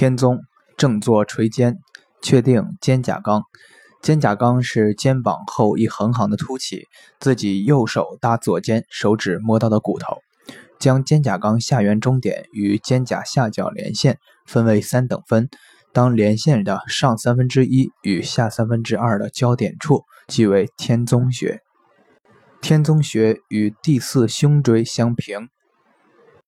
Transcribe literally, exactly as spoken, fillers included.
天宗正坐垂肩，确定肩胛冈。肩胛冈是肩膀后一横行的凸起，自己右手搭左肩，手指摸到的骨头。将肩胛冈下缘中点与肩胛下角连线分为三等分，当连线的上三分之一与下三分之二的交点处，即为天宗穴。天宗穴与第四胸椎相平，